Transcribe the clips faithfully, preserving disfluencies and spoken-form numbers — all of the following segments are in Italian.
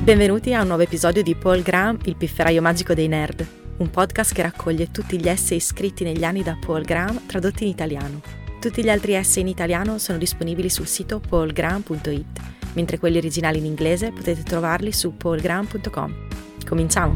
Benvenuti a un nuovo episodio di Paul Graham, il pifferaio magico dei nerd, un podcast che raccoglie tutti gli essay scritti negli anni da Paul Graham tradotti in italiano. Tutti gli altri essay in italiano sono disponibili sul sito paul graham punto it, mentre quelli originali in inglese potete trovarli su paul graham punto com. Cominciamo!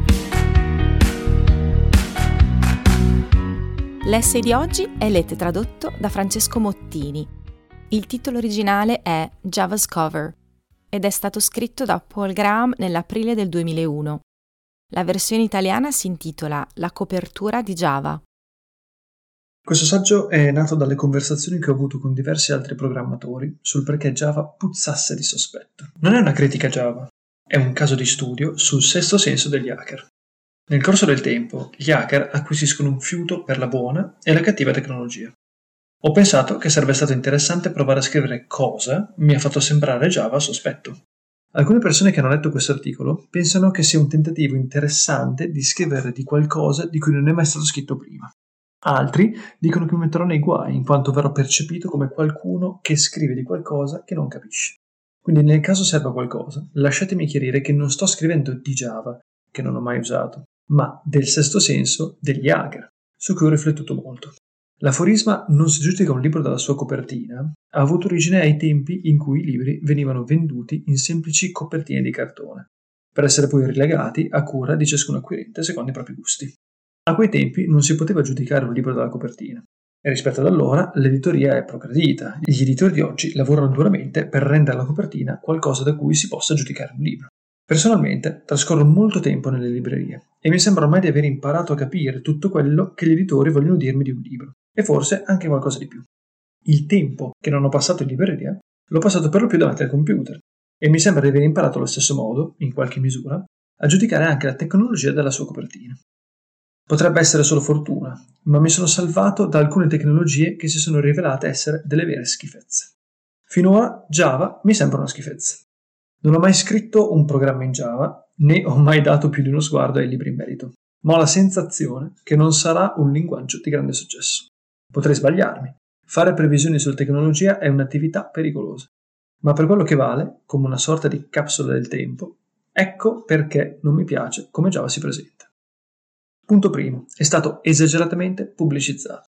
L'essay di oggi è letto e tradotto da Francesco Mottini. Il titolo originale è Java's Cover ed è stato scritto da Paul Graham nell'aprile del duemilauno. La versione italiana si intitola La copertura di Java. Questo saggio è nato dalle conversazioni che ho avuto con diversi altri programmatori sul perché Java puzzasse di sospetto. Non è una critica a Java, è un caso di studio sul sesto senso degli hacker. Nel corso del tempo, gli hacker acquisiscono un fiuto per la buona e la cattiva tecnologia. Ho pensato che sarebbe stato interessante provare a scrivere cosa mi ha fatto sembrare Java sospetto. Alcune persone che hanno letto questo articolo pensano che sia un tentativo interessante di scrivere di qualcosa di cui non è mai stato scritto prima. Altri dicono che mi metterò nei guai in quanto verrò percepito come qualcuno che scrive di qualcosa che non capisce. Quindi nel caso serva qualcosa, lasciatemi chiarire che non sto scrivendo di Java, che non ho mai usato, ma del sesto senso degli hacker, su cui ho riflettuto molto. L'aforisma "non si giudica un libro dalla sua copertina" ha avuto origine ai tempi in cui i libri venivano venduti in semplici copertine di cartone, per essere poi rilegati a cura di ciascun acquirente secondo i propri gusti. A quei tempi non si poteva giudicare un libro dalla copertina, e rispetto ad allora l'editoria è progredita. Gli editori di oggi lavorano duramente per rendere la copertina qualcosa da cui si possa giudicare un libro. Personalmente trascorro molto tempo nelle librerie e mi sembra ormai di aver imparato a capire tutto quello che gli editori vogliono dirmi di un libro, e forse anche qualcosa di più. Il tempo che non ho passato in libreria l'ho passato per lo più davanti al computer, e mi sembra di aver imparato allo stesso modo, in qualche misura, a giudicare anche la tecnologia dalla sua copertina. Potrebbe essere solo fortuna, ma mi sono salvato da alcune tecnologie che si sono rivelate essere delle vere schifezze. Finora Java mi sembra una schifezza. Non ho mai scritto un programma in Java, né ho mai dato più di uno sguardo ai libri in merito, ma ho la sensazione che non sarà un linguaggio di grande successo. Potrei sbagliarmi. Fare previsioni sulla tecnologia è un'attività pericolosa, ma per quello che vale, come una sorta di capsula del tempo, ecco perché non mi piace come Java si presenta. Punto primo, è stato esageratamente pubblicizzato.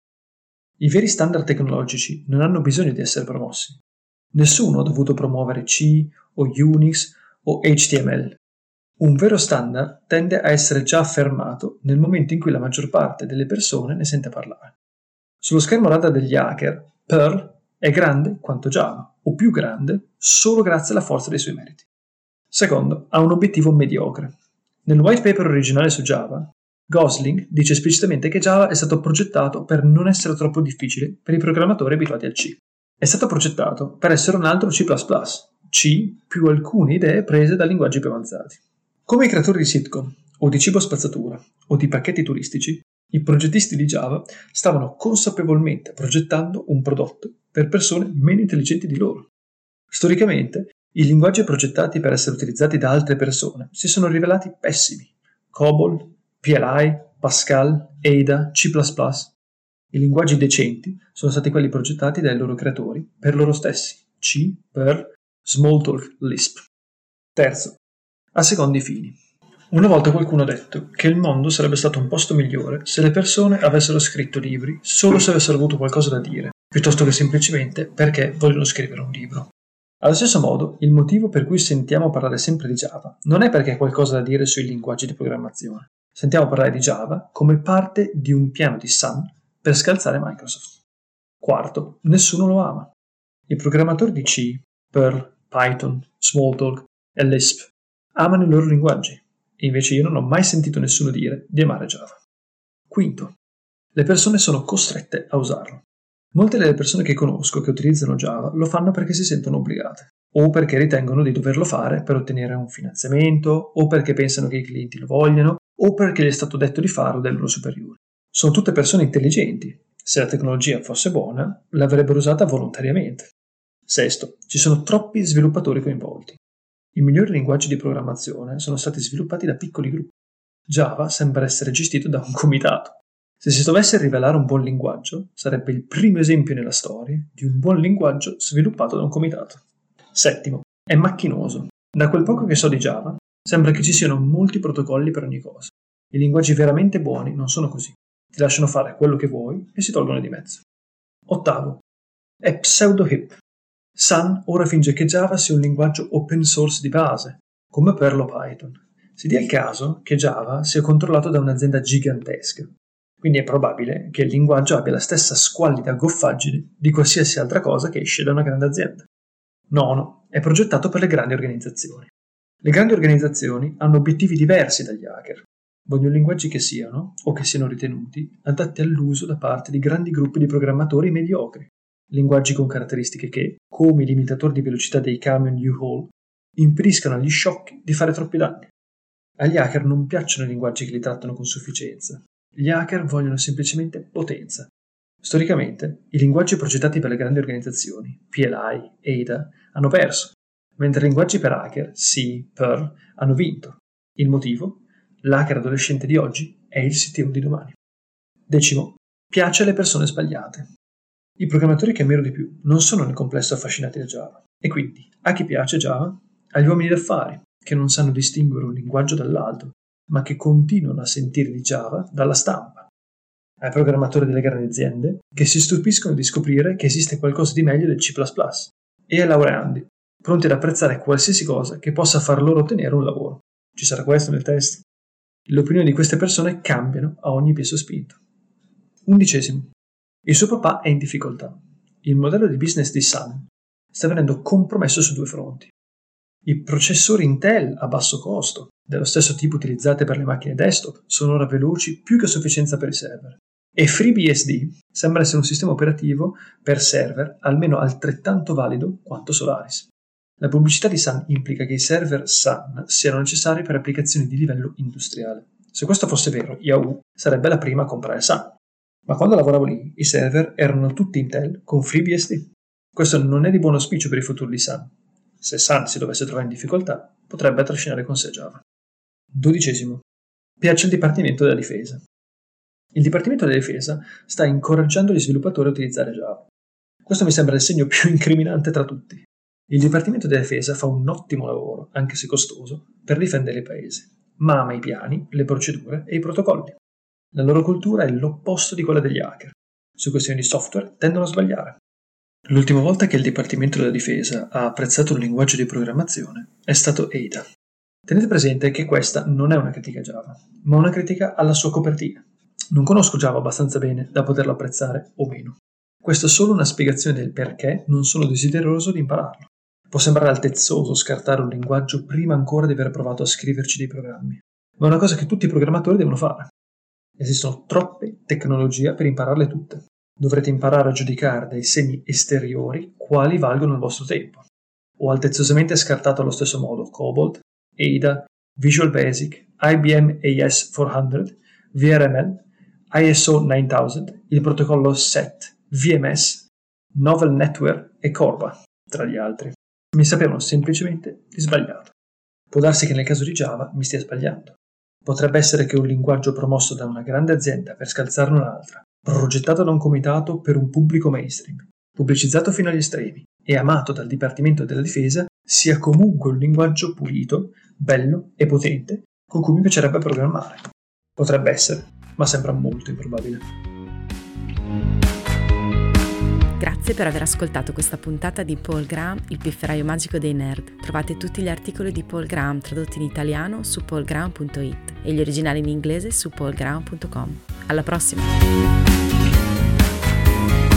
I veri standard tecnologici non hanno bisogno di essere promossi. Nessuno ha dovuto promuovere C o Unix o H T M L. Un vero standard tende a essere già affermato nel momento in cui la maggior parte delle persone ne sente parlare. Sullo schermo radar degli hacker, Perl è grande quanto Java, o più grande solo grazie alla forza dei suoi meriti. Secondo, ha un obiettivo mediocre. Nel white paper originale su Java, Gosling dice esplicitamente che Java è stato progettato per non essere troppo difficile per i programmatori abituati al C. È stato progettato per essere un altro C plus plus, C più alcune idee prese da linguaggi più avanzati. Come i creatori di sitcom, o di cibo spazzatura, o di pacchetti turistici, i progettisti di Java stavano consapevolmente progettando un prodotto per persone meno intelligenti di loro. Storicamente, i linguaggi progettati per essere utilizzati da altre persone si sono rivelati pessimi. COBOL, P L I, Pascal, Ada, C plus plus. I linguaggi decenti sono stati quelli progettati dai loro creatori per loro stessi, C, Perl, Smalltalk, Lisp. Terzo, ha secondi fini. Una volta qualcuno ha detto che il mondo sarebbe stato un posto migliore se le persone avessero scritto libri solo se avessero avuto qualcosa da dire, piuttosto che semplicemente perché vogliono scrivere un libro. Allo stesso modo, il motivo per cui sentiamo parlare sempre di Java non è perché hai qualcosa da dire sui linguaggi di programmazione. Sentiamo parlare di Java come parte di un piano di Sun per scalzare Microsoft. Quarto, nessuno lo ama. I programmatori di C, Perl, Python, Smalltalk e Lisp amano i loro linguaggi, e invece io non ho mai sentito nessuno dire di amare Java. Quinto, le persone sono costrette a usarlo. Molte delle persone che conosco che utilizzano Java lo fanno perché si sentono obbligate, o perché ritengono di doverlo fare per ottenere un finanziamento, o perché pensano che i clienti lo vogliano, o perché gli è stato detto di farlo dai loro superiori. Sono tutte persone intelligenti. Se la tecnologia fosse buona, l'avrebbero usata volontariamente. Sesto, ci sono troppi sviluppatori coinvolti. I migliori linguaggi di programmazione sono stati sviluppati da piccoli gruppi. Java sembra essere gestito da un comitato. Se si dovesse rivelare un buon linguaggio, sarebbe il primo esempio nella storia di un buon linguaggio sviluppato da un comitato. Settimo, è macchinoso. Da quel poco che so di Java, Sembra che ci siano molti protocolli per ogni cosa. I linguaggi veramente buoni non sono così. Ti lasciano fare quello che vuoi e si tolgono di mezzo. Ottavo. È pseudo-hip. Sun ora finge che Java sia un linguaggio open source di base, come Perl o Python. Si dia il caso che Java sia controllato da un'azienda gigantesca. Quindi è probabile che il linguaggio abbia la stessa squallida goffaggine di qualsiasi altra cosa che esce da una grande azienda. Nono. È progettato per le grandi organizzazioni. Le grandi organizzazioni hanno obiettivi diversi dagli hacker. Vogliono linguaggi che siano, o che siano ritenuti, adatti all'uso da parte di grandi gruppi di programmatori mediocri. Linguaggi con caratteristiche che, come i limitatori di velocità dei camion U-Haul, impediscano agli sciocchi di fare troppi danni. Agli hacker non piacciono i linguaggi che li trattano con sufficienza. Gli hacker vogliono semplicemente potenza. Storicamente, i linguaggi progettati per le grandi organizzazioni, P L I, A D A, hanno perso, mentre i linguaggi per hacker, C, Perl, hanno vinto. Il motivo? L'hacker adolescente di oggi è il C T O di domani. Decimo. Piace alle persone sbagliate. I programmatori che ammiro di più non sono nel complesso affascinati da Java. E quindi, a chi piace Java? Agli uomini d'affari, che non sanno distinguere un linguaggio dall'altro, ma che continuano a sentire di Java dalla stampa. Ai programmatori delle grandi aziende, che si stupiscono di scoprire che esiste qualcosa di meglio del C plus plus. E ai laureandi, pronti ad apprezzare qualsiasi cosa che possa far loro ottenere un lavoro. Ci sarà questo nel test? Le opinioni di queste persone cambiano a ogni passo spinto. Undicesimo. Il suo papà è in difficoltà. Il modello di business di Sun sta venendo compromesso su due fronti. I processori Intel a basso costo, dello stesso tipo utilizzati per le macchine desktop, sono ora veloci più che a sufficienza per i server. E FreeBSD sembra essere un sistema operativo per server almeno altrettanto valido quanto Solaris. La pubblicità di Sun implica che i server Sun siano necessari per applicazioni di livello industriale. Se questo fosse vero, Yahoo sarebbe la prima a comprare Sun. Ma quando lavoravo lì, i server erano tutti Intel con FreeBSD. Questo non è di buon auspicio per il futuro di Sun. Se Sun si dovesse trovare in difficoltà, potrebbe trascinare con sé Java. Dodicesimo. Piace il Dipartimento della Difesa. Il Dipartimento della Difesa sta incoraggiando gli sviluppatori a utilizzare Java. Questo mi sembra il segno più incriminante tra tutti. Il Dipartimento della Difesa fa un ottimo lavoro, anche se costoso, per difendere il paese, ma ama i piani, le procedure e i protocolli. La loro cultura è l'opposto di quella degli hacker. Su questioni di software tendono a sbagliare. L'ultima volta che il Dipartimento della Difesa ha apprezzato un linguaggio di programmazione è stato A D A. Tenete presente che questa non è una critica a Java, ma una critica alla sua copertina. Non conosco Java abbastanza bene da poterlo apprezzare o meno. Questa è solo una spiegazione del perché non sono desideroso di impararlo. Può sembrare altezzoso scartare un linguaggio prima ancora di aver provato a scriverci dei programmi, ma è una cosa che tutti i programmatori devono fare. Esistono troppe tecnologie per impararle tutte. Dovrete imparare a giudicare dai segni esteriori quali valgono il vostro tempo. Ho altezzosamente scartato allo stesso modo Cobalt, A D A, Visual Basic, I B M A S quattrocento, V R M L, I S O novemila, il protocollo S E T, V M S, Novel Network e Corba, tra gli altri. Mi sapevano semplicemente di sbagliato. Può darsi che nel caso di Java mi stia sbagliando. Potrebbe essere che un linguaggio promosso da una grande azienda per scalzarne un'altra, progettato da un comitato per un pubblico mainstream, pubblicizzato fino agli estremi e amato dal Dipartimento della Difesa, sia comunque un linguaggio pulito, bello e potente con cui mi piacerebbe programmare. Potrebbe essere, ma sembra molto improbabile. Grazie per aver ascoltato questa puntata di Paul Graham, il pifferaio magico dei nerd. Trovate tutti gli articoli di Paul Graham tradotti in italiano su paul graham punto it e gli originali in inglese su paul graham punto com. Alla prossima!